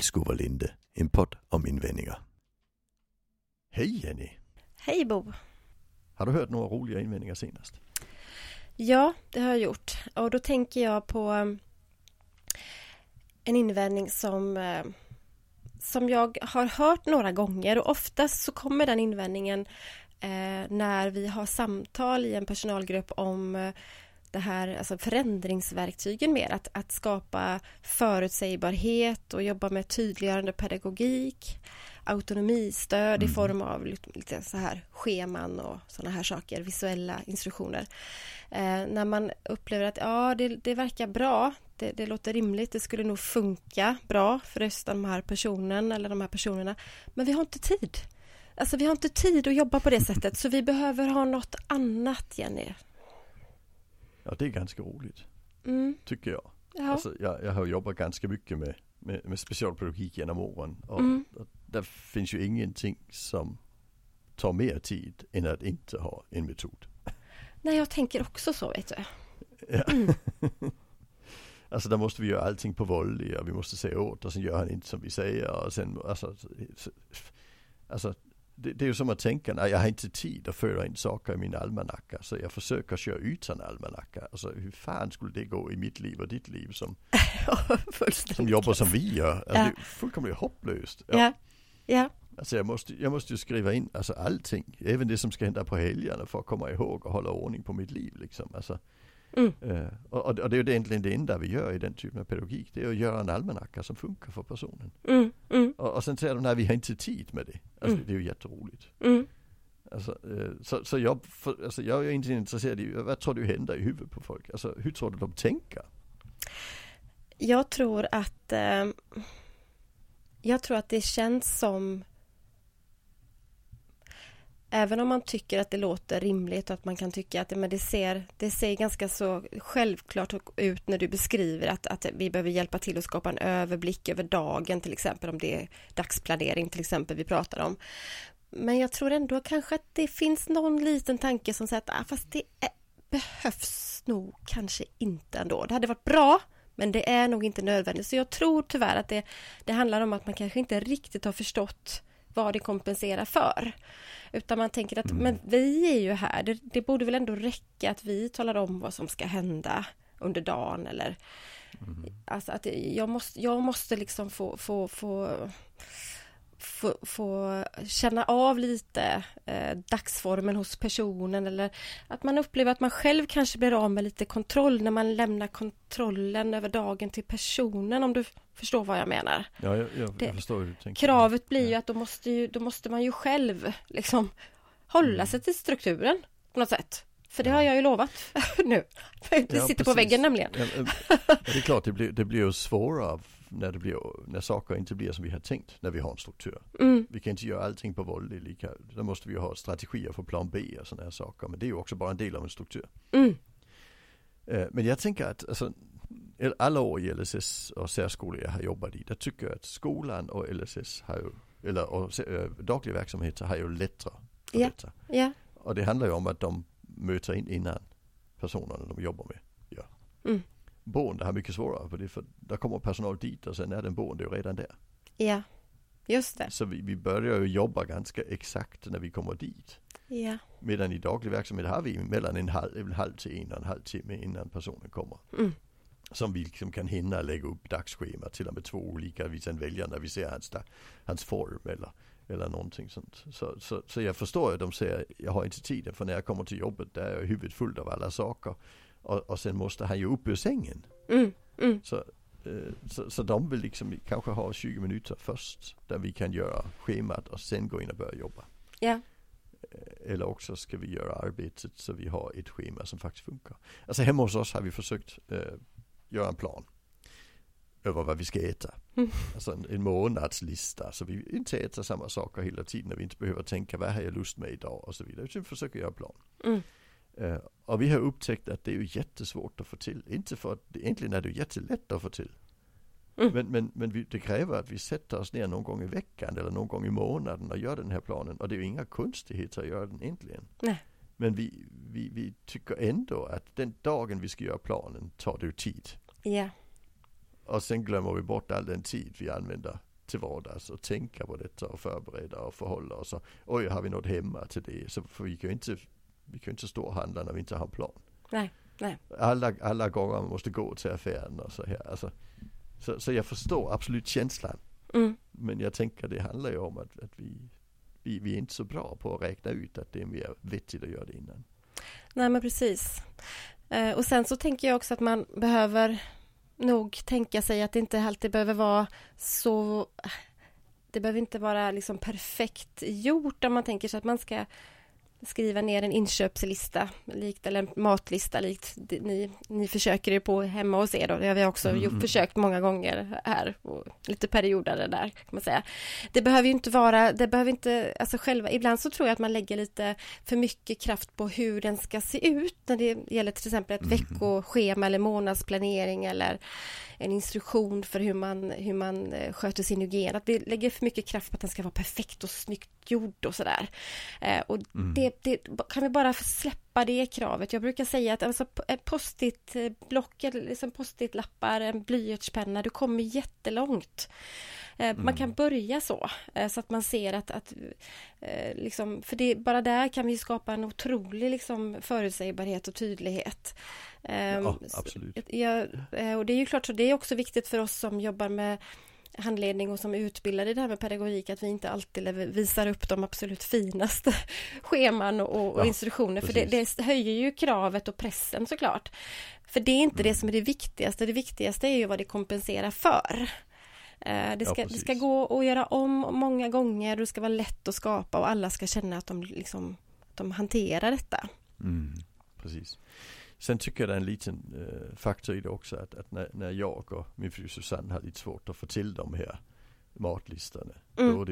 Vilskovalinde, en podd om invändningar. Hej Jenny! Hej Bo! Har du hört några roliga invändningar senast? Ja, det har jag gjort. Och då tänker jag på en invändning som jag har hört några gånger. Och oftast så kommer den invändningen när vi har samtal i en personalgrupp om det här, alltså förändringsverktygen mer. Att skapa förutsägbarhet och jobba med tydliggörande pedagogik, autonomistöd i form av lite så här scheman och sådana här saker, visuella instruktioner. När man upplever att det verkar bra, det låter rimligt, det skulle nog funka bra för resten av de här personen eller de här personerna, men vi har inte tid. Alltså vi har inte tid att jobba på det sättet, så vi behöver ha något annat, Jenny. Ja, det är ganska roligt, tycker jag. Ja. Alltså, jag har jobbat ganska mycket med specialpedagogik genom åren. Och där finns ju ingenting som tar mer tid än att inte ha en metod. Nej, jag tänker också så, vet du. Ja. Alltså där måste vi göra allting på volley och vi måste säga åt och sen gör han inte som vi säger. Och sen, alltså det är ju som att tänka, nej, jag har inte tid att föra in saker i min almanacka, så jag försöker köra ut en almanacka. Alltså hur fan skulle det gå i mitt liv och ditt liv som jobbar som vi gör? Alltså, det är fullkomligt hopplöst. Ja. Alltså jag måste ju skriva in alltså allting, även det som ska hända på helgerna för att komma ihåg och hålla ordning på mitt liv liksom. Alltså, och det är ju egentligen det enda vi gör i den typen av pedagogik, det är att göra en almanacka som funkar för personen. Och sen säger de, nej, vi har inte tid med det. Alltså, det är ju jätteroligt. Alltså, så jag är inte intresserad i, vad tror du händer i huvudet på folk? Alltså, hur tror du de tänker? Jag tror att det känns som, även om man tycker att det låter rimligt och att man kan tycka att det ser ganska så självklart ut när du beskriver att vi behöver hjälpa till att skapa en överblick över dagen, till exempel om det är dagsplanering till exempel vi pratar om. Men jag tror ändå kanske att det finns någon liten tanke som säger att fast det behövs nog kanske inte ändå. Det hade varit bra, men det är nog inte nödvändigt. Så jag tror tyvärr att det handlar om att man kanske inte riktigt har förstått vad det kompenserar för. Utan man tänker att men vi är ju här. Det borde väl ändå räcka att vi talar om vad som ska hända under dagen. Eller, alltså att jag måste liksom få känna av lite dagsformen hos personen, eller att man upplever att man själv kanske blir av med lite kontroll när man lämnar kontrollen över dagen till personen, om du förstår vad jag menar. Ja, jag förstår hur du tänker. Kravet blir ju att då måste man ju själv liksom hålla sig till strukturen på något sätt. För det har jag ju lovat nu. Det sitter på väggen nämligen. Det är klart, det blir ju svårare när saker inte blir som vi har tänkt när vi har en struktur. Vi kan inte göra allting på våld då måste vi ha strategier för plan B och sådana här saker, men det är ju också bara en del av en struktur. Men jag tänker att alltså, alla år i LSS och särskolor jag har jobbat i, där tycker jag att skolan och LSS daglig verksamhet har ju lättare för detta. Ja. Och det handlar ju om att de möter in innan personerna de jobbar med gör. Boende har mycket svårare för det, för där kommer personal dit och sen är den boende ju redan där. Ja, just det. Så vi börjar ju jobba ganska exakt när vi kommer dit. Ja. Medan i daglig verksamhet har vi mellan en halv till en och en halv timme innan personen kommer. Som vi liksom kan hinna lägga upp dagschema till och med 2 olika vi sen väljer när vi ser hans form eller någonting sånt. Så jag förstår att de säger, jag har inte tiden, för när jag kommer till jobbet där är huvudet fullt av alla saker. Och sen måste han ju upp ur sängen. Så de vill liksom kanske ha 20 minuter först där vi kan göra schemat och sen gå in och börja jobba. Ja. Eller också ska vi göra arbetet så vi har ett schema som faktiskt funkar. Alltså hemma hos oss har vi försökt göra en plan över vad vi ska äta. Alltså en månadslista, så vi inte äter samma saker hela tiden, när vi inte behöver tänka vad har jag lust med idag och så vidare. Så vi försöker göra en plan. Och vi har upptäckt att det är ju jättesvårt att få till. Inte för att egentligen är det jättelätt att få till. Men det kräver att vi sätter oss ner någon gång i veckan eller någon gång i månaden och gör den här planen. Och det är ju inga konstigheter att göra den egentligen. Nej. Men vi tycker ändå att den dagen vi ska göra planen tar det ju tid. Ja. Och sen glömmer vi bort all den tid vi använder till vardags och tänka på detta och förbereda och förhålla oss. Oj, har vi något hemma till det? Så för vi kan ju inte stå och handla när vi inte har en plan. Nej. Alla gånger man måste gå till affären och så här. Alltså, så jag förstår absolut känslan. Men jag tänker det handlar ju om att vi är inte så bra på att räkna ut att det är mer vettigt att göra det innan. Nej, men precis. Och sen så tänker jag också att man behöver nog tänka sig att det inte alltid behöver vara så... Det behöver inte vara liksom perfekt gjort om man tänker sig att man ska skriva ner en inköpslista eller en matlista likt ni försöker ju på hemma hos er då. Det har vi också försökt många gånger här och lite perioder där kan man säga. Det behöver inte alltså själva, ibland så tror jag att man lägger lite för mycket kraft på hur den ska se ut när det gäller till exempel ett veckoschema eller månadsplanering eller en instruktion för hur man sköter sin hygien. Att vi lägger för mycket kraft på att den ska vara perfekt och snyggt gjord och sådär. Och det kan vi bara släppa det kravet. Jag brukar säga att alltså, post-it-block eller liksom post-it-lappar, en blyertspenna, du kommer jättelångt. Man kan börja så att man ser att liksom, för det, bara där kan vi skapa en otrolig liksom, förutsägbarhet och tydlighet. Ja, absolut. Och det är ju klart så det är också viktigt för oss som jobbar med handledning och som utbildar i det här med pedagogik att vi inte alltid visar upp de absolut finaste scheman och instruktioner. För det höjer ju kravet och pressen såklart. För det är inte det som är det viktigaste. Det viktigaste är ju vad det kompenserar för. Det ska gå att göra om många gånger. Det ska vara lätt att skapa och alla ska känna att de hanterar detta. Precis. Sen tycker jag det är en liten faktor i det också att när jag och min fru Susanne har lite svårt att få till de här matlistorna då är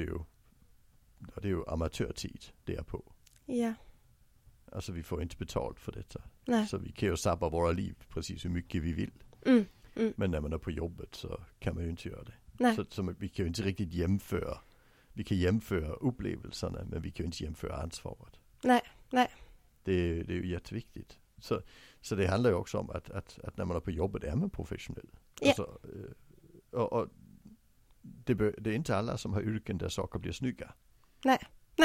det ju amatörtid det är på. Ja. Alltså vi får inte betalt för detta. Nej. Så vi kan ju sabba våra liv precis hur mycket vi vill. Men när man är på jobbet så kan man ju inte göra det. Nej. Så vi kan ju inte riktigt jämföra. Vi kan jämföra upplevelserna men vi kan ju inte jämföra ansvaret. Nej. Det är ju jätteviktigt. Så det handlar ju också om att när man är på jobbet är man professionell. Ja. Alltså, och det är inte alla som har yrken där saker blir snygga. Nej.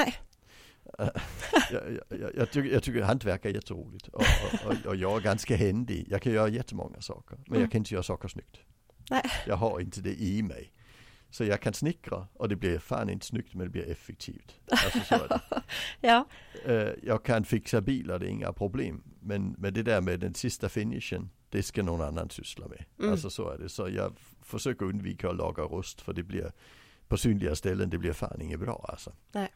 Jag tycker hantverk är jätteroligt. Och jag är ganska händig. Jag kan göra jättemånga saker. Men jag kan inte göra saker snyggt. Nej. Jag har inte det i mig. Så jag kan snickra och det blir fan inte snyggt men det blir effektivt. Alltså så är det. Ja. Jag kan fixa bilar, det är inga problem. Men det där med den sista finishen, det ska någon annan syssla med. Alltså så är det. Så jag försöker undvika att laga rust för det blir på synliga ställen, det blir fan inget bra alltså. Nej.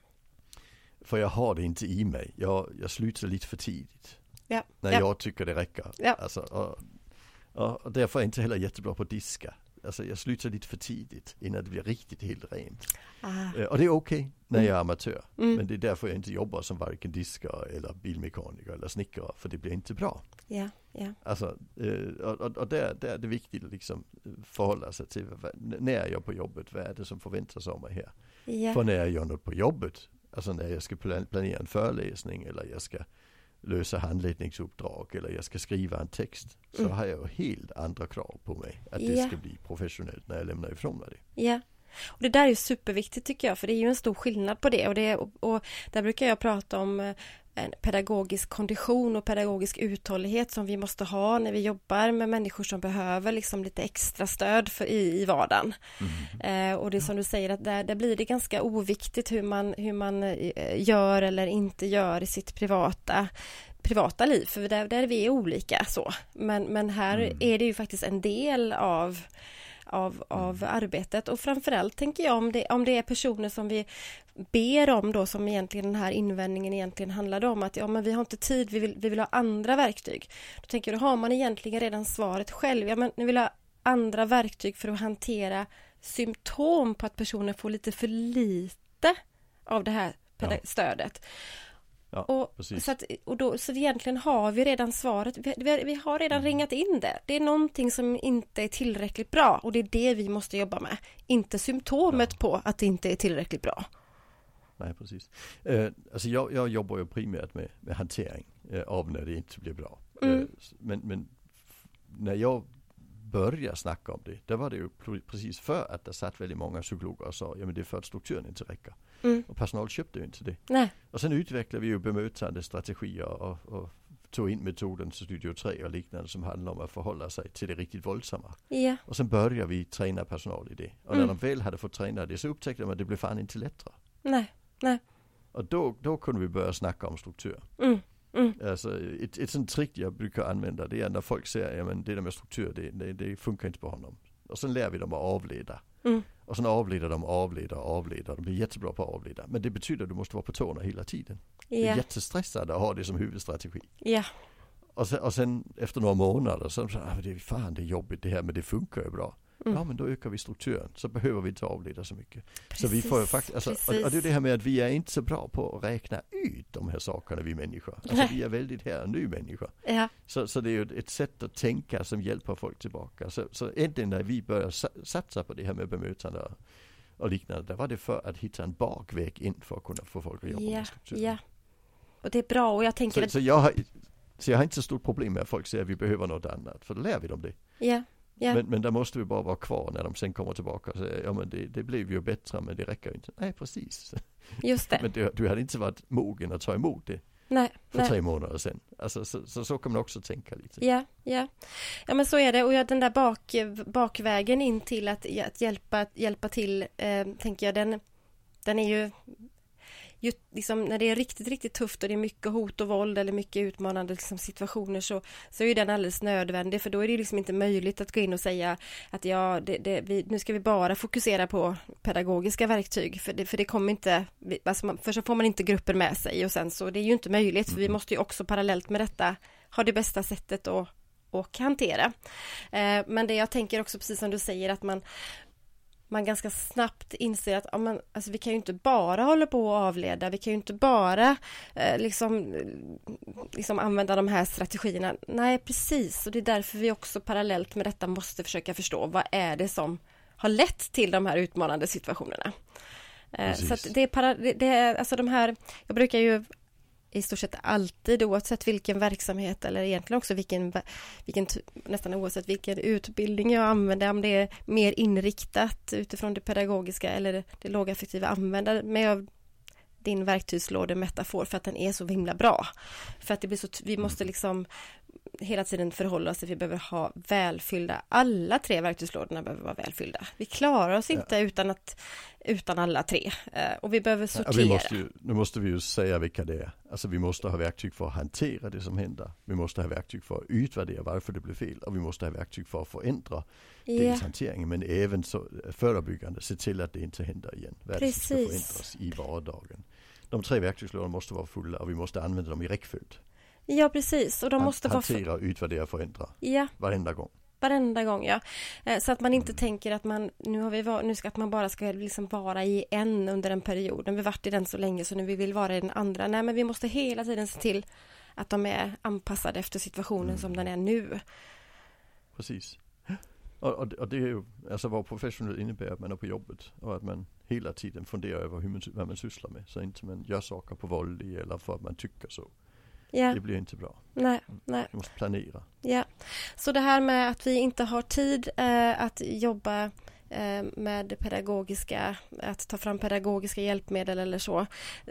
För jag har det inte i mig. Jag slutar lite för tidigt. Ja. När jag tycker det räcker. Ja. Alltså, och därför är jag inte heller jättebra på att diska. Alltså jag slutar lite för tidigt innan det blir riktigt helt rent. Och det är okej när jag är amatör. Men det är därför jag inte jobbar som varken diskare eller bilmekaniker eller snickare. För det blir inte bra. Ja. Alltså, och där är det viktigt att liksom förhålla sig till när jag är på jobbet. Vad är det som förväntas av mig här? Ja. För när jag gör något på jobbet, alltså när jag ska planera en föreläsning eller jag ska lösa handledningsuppdrag eller jag ska skriva en text så har jag helt andra krav på mig att det ska bli professionellt när jag lämnar ifrån mig det. Ja. Och det där är ju superviktigt tycker jag för det är ju en stor skillnad på det och där brukar jag prata om en pedagogisk kondition och pedagogisk uthållighet som vi måste ha när vi jobbar med människor som behöver liksom lite extra stöd i vardagen. Och det är som du säger att där blir det ganska oviktigt hur man gör eller inte gör i sitt privata liv, för där vi är olika så. Men här är det ju faktiskt en del av arbetet och framförallt tänker jag om det är personer som vi ber om då som egentligen den här invändningen egentligen handlade om att men vi har inte tid, vi vill ha andra verktyg. Då tänker jag, då har man egentligen redan svaret själv. Men ni vill ha andra verktyg för att hantera symptom på att personen får lite för lite av det här stödet. Ja, och så egentligen har vi redan svaret. Vi har redan ringat in det. Det är någonting som inte är tillräckligt bra och det är det vi måste jobba med. Inte symptomet på att det inte är tillräckligt bra. Nej, precis. Alltså jag jobbar ju primärt med hantering av när det inte blir bra. Men när jag började snacka om det, där var det ju precis för att det satt väldigt många psykologer och sa, ja men det är för att strukturen inte räcker. Och personal köpte ju inte det. Nej. Och sen utvecklade vi ju bemötande strategier och tog in metoden Studio 3 och liknande som handlar om att förhålla sig till det riktigt våldsamma. Ja. Och sen började vi träna personal i det. Och när de väl hade fått träna det så upptäckte de att det blev fan inte lättare. Nej. Och då kunde vi börja snacka om struktur. Alltså ett sånt trick jag brukar använda, det är när folk säger, ja men det där med struktur, det funkar inte på honom. Och sen lär vi dem att avleda. Och sen avleder. De blir jättebra på att avleda. Men det betyder att du måste vara på tårna hela tiden. Det är jättestressande att ha det som huvudstrategi. Ja. Och sen efter några månader så det är jobbigt det här, men det funkar ju bra. Ja, men då ökar vi strukturen, så behöver vi inte avleda så mycket. Precis, så vi får ju faktiskt, och det är det här med att vi är inte så bra på att räkna ut de här sakerna, vi människor. Alltså vi är väldigt här och nu människor. Ja. Så det är ju ett sätt att tänka som hjälper folk tillbaka. Så egentligen när vi börjar satsa på det här med bemötande och liknande, där var det för att hitta en bakväg in för att kunna få folk att jobba med strukturen. Ja, och det är bra, och jag tänker så jag har inte så stort problem med att folk säger att vi behöver något annat, för då lär vi dem det. Ja. Yeah. Men där måste vi bara vara kvar när de sen kommer tillbaka och säger, ja men det blev ju bättre, men det räcker ju inte. Nej, precis. Just det. Men du hade inte varit mogen att ta emot det för 3 månader sedan. Alltså, så kan man också tänka lite. Ja, men så är det. Och den där bakvägen in till att hjälpa till, tänker jag, den är ju liksom, när det är riktigt, riktigt tufft och det är mycket hot och våld eller mycket utmanande liksom, situationer, så är ju den alldeles nödvändig, för då är det liksom inte möjligt att gå in och säga att nu ska vi bara fokusera på pedagogiska verktyg, för det kommer inte, för så får man inte grupper med sig, och sen så det är ju inte möjligt, för vi måste ju också parallellt med detta ha det bästa sättet att hantera. Men det jag tänker också, precis som du säger, att man ganska snabbt inser att alltså vi kan ju inte bara hålla på och avleda, vi kan ju inte bara liksom använda de här strategierna. Nej, precis, och det är därför vi också parallellt med detta måste försöka förstå vad är det som har lett till de här utmanande situationerna. Så att det är alltså de här, jag brukar ju i stort sett alltid, oavsett vilken verksamhet eller egentligen också vilken nästan oavsett vilken utbildning jag använder, om det är mer inriktat utifrån det pedagogiska eller det lågaffektiva, använder mig av din verktygslådemetafor för att den är så himla bra. För att det blir så, vi måste liksom hela tiden förhålla oss till att vi behöver ha välfyllda, alla 3 verktygslådorna behöver vara välfyllda. Vi klarar oss inte utan alla 3. Och vi behöver sortera. Nu måste vi ju säga vilka det är. Alltså vi måste ha verktyg för att hantera det som händer. Vi måste ha verktyg för att utvärdera varför det blir fel. Och vi måste ha verktyg för att förändra dels hanteringen, men även så förebyggande. Se till att det inte händer igen. Världen ska förändras i vardagen. De 3 verktygslådorna måste vara fulla och vi måste använda dem i räckföljd. Ja, precis. Och de måste hantera, utvärdera, förändra. Varenda gång. Varenda gång, ja. Så att man inte tänker att att man bara ska liksom vara i en under en period. Vi har varit i den så länge så nu vi vill vara i den andra. Nej, men vi måste hela tiden se till att de är anpassade efter situationen som den är nu. Precis. Och det är ju, alltså vad professionellt innebär att man är på jobbet och att man hela tiden funderar över vad man sysslar med. Så inte man gör saker på våld eller för att man tycker så. Ja. Det blir inte bra. Nej. Vi måste planera. Ja. Så det här med att vi inte har tid att jobba med att ta fram pedagogiska hjälpmedel eller så.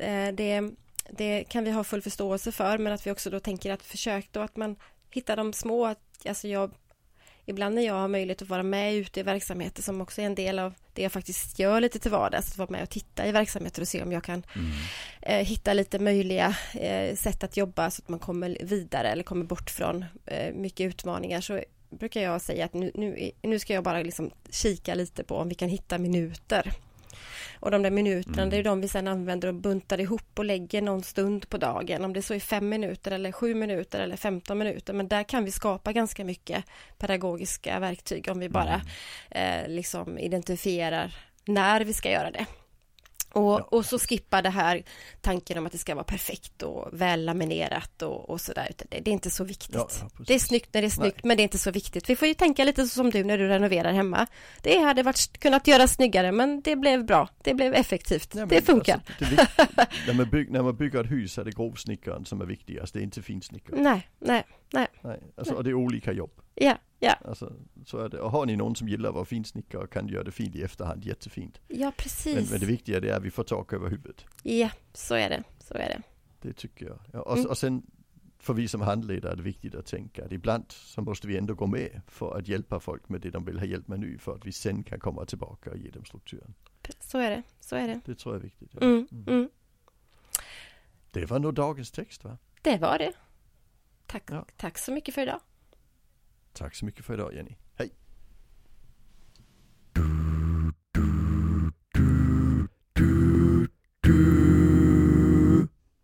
Det kan vi ha full förståelse för, men att vi också då tänker att försök då att man hittar de små, alltså ibland när jag har möjlighet att vara med ute i verksamheter som också är en del av det jag faktiskt gör lite till vardags, att vara med och titta i verksamheter och se om jag kan hitta lite möjliga sätt att jobba så att man kommer vidare eller kommer bort från mycket utmaningar, så brukar jag säga att nu ska jag bara liksom kika lite på om vi kan hitta minuter. Och de där minuterna, det är de vi sedan använder och buntar ihop och lägger någon stund på dagen. Om det så är 5 minuter eller 7 minuter eller 15 minuter. Men där kan vi skapa ganska mycket pedagogiska verktyg om vi bara liksom identifierar när vi ska göra det. Och så skippa det här tanken om att det ska vara perfekt och väl laminerat och sådär. Det är inte så viktigt. Det är snyggt när det är snyggt, men det är inte så viktigt. Vi får ju tänka lite så som du när du renoverar hemma. Det hade kunnat göra snyggare, men det blev bra. Det blev effektivt. Det funkar. Alltså, när man bygger ett hus är det grovsnickaren som är viktigast. Det är inte finsnickaren. Nej. Alltså, och det är olika jobb. Ja, ja. Alltså, så är det. Och har ni någon som gillar vår finsnickare och kan göra det fint i efterhand, jättefint. Ja, precis. Men det viktiga det är att vi får tak över huvudet. Ja, så är det. Så är det. Det tycker jag. Ja, och sen för vi som handledare är det viktigt att tänka att ibland så måste vi ändå gå med för att hjälpa folk med det de vill ha hjälp med nu, för att vi sen kan komma tillbaka och ge dem strukturen. Så är det. Så är det. Det tror jag är viktigt. Ja. Det var nog dagens text, va? Det var det. Tack så mycket för idag. Tack så mycket för idag, Jenny.